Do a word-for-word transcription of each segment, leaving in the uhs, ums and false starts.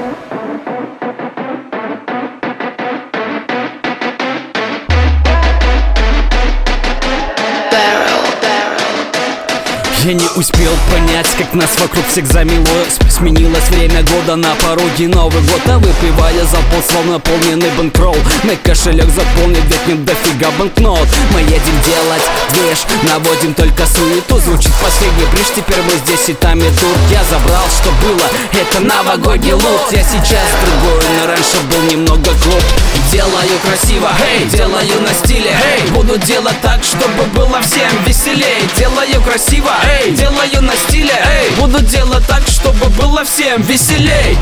Я не успел понять, как нас вокруг всех замелось. Сменилось время года, на пороге Новый год. А выпивая за пол, словно наполненный банкролл. На кошелек заполнен, ведь нет дофига банкнот. Мы едем делать движ, наводим только суету. Звучит последний бридж, теперь мы здесь и там и тут. Я забрал, что было, это новогодний лут. Я сейчас другой, но раньше был немного глуп. Делаю красиво, hey, делаю на стиле, hey. Буду делать так, чтобы было всем веселей. Делаю красиво, hey. Делаю на стиле, hey. Буду делать так, чтобы было всем веселей.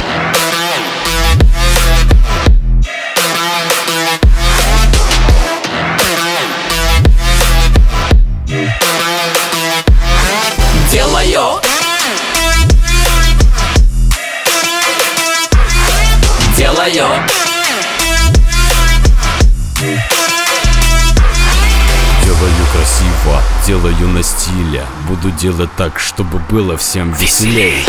Делаю Делаю Делаю красиво, делаю на стиле. Буду делать так, чтобы было всем веселей.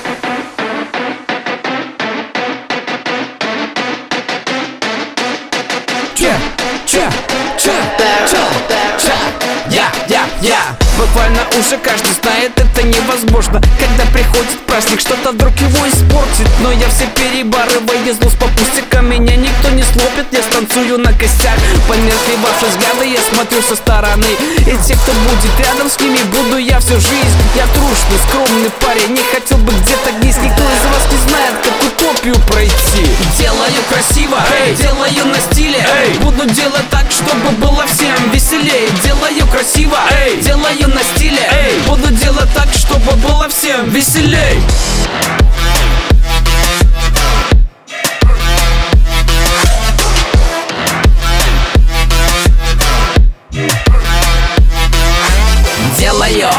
Че, че, че, че, че, я, я, я. Буквально уже каждый знает, это невозможно. Когда приходит праздник, что-то вдруг его испортит. Но я все перебарываю злость по пустякам. Меня никто не слопит, я станцую на костях. Понесли ваши взгляды, я смотрю со стороны. И те, кто будет рядом с ними, буду я всю жизнь. Я трушный, скромный парень, не хотел бы где-то гнить. Никто из вас не знает, как утопию пройти. Делаю красиво, hey. Делаю на стиле, hey. Буду делать так, чтобы было всем веселее. Делаю красиво, hey. Делаю на стиле, hey. Буду делать так, чтобы было всем веселей. Делаю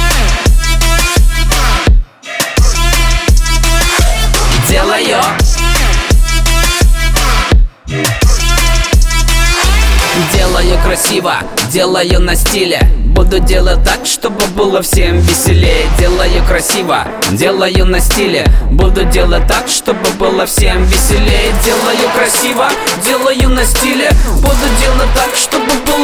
Делаю Делаю красиво, делаю на стиле. Буду делать так, чтобы было всем веселее. Делаю красиво, делаю на стиле. Буду делать так, чтобы было всем веселее. Делаю красиво, делаю на стиле. Буду делать так, чтобы было